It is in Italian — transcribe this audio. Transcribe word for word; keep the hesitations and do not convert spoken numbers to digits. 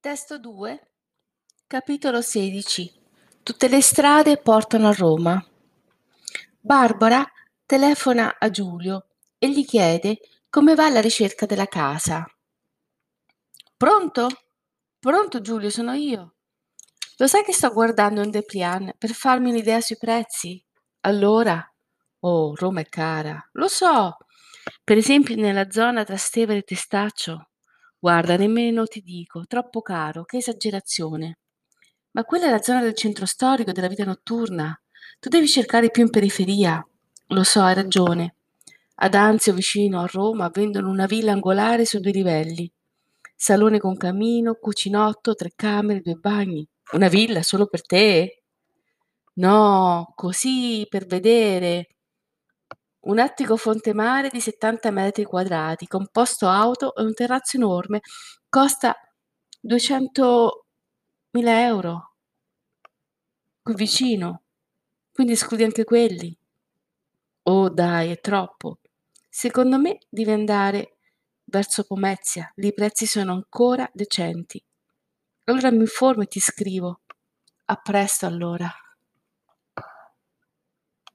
Testo due, capitolo sedici. Tutte le strade portano a Roma. Barbara telefona a Giulio e gli chiede come va la ricerca della casa. Pronto? Pronto Giulio, sono io. Lo sai che sto guardando un dépliant per farmi un'idea sui prezzi? Allora? Oh, Roma è cara. Lo so. Per esempio nella zona tra Stevere e Testaccio. Guarda, nemmeno ti dico, troppo caro, che esagerazione. Ma quella è la zona del centro storico, della vita notturna. Tu devi cercare più in periferia. Lo so, hai ragione. Ad Anzio, vicino a Roma, vendono una villa angolare su due livelli. Salone con camino, cucinotto, tre camere, due bagni. Una villa solo per te? No, così per vedere. Un attico fontemare di settanta metri quadrati, con posto auto e un terrazzo enorme. Costa duecentomila euro. Qui vicino. Quindi escludi anche quelli. Oh dai, è troppo. Secondo me devi andare verso Pomezia, lì i prezzi sono ancora decenti. Allora mi informo e ti scrivo. A presto allora.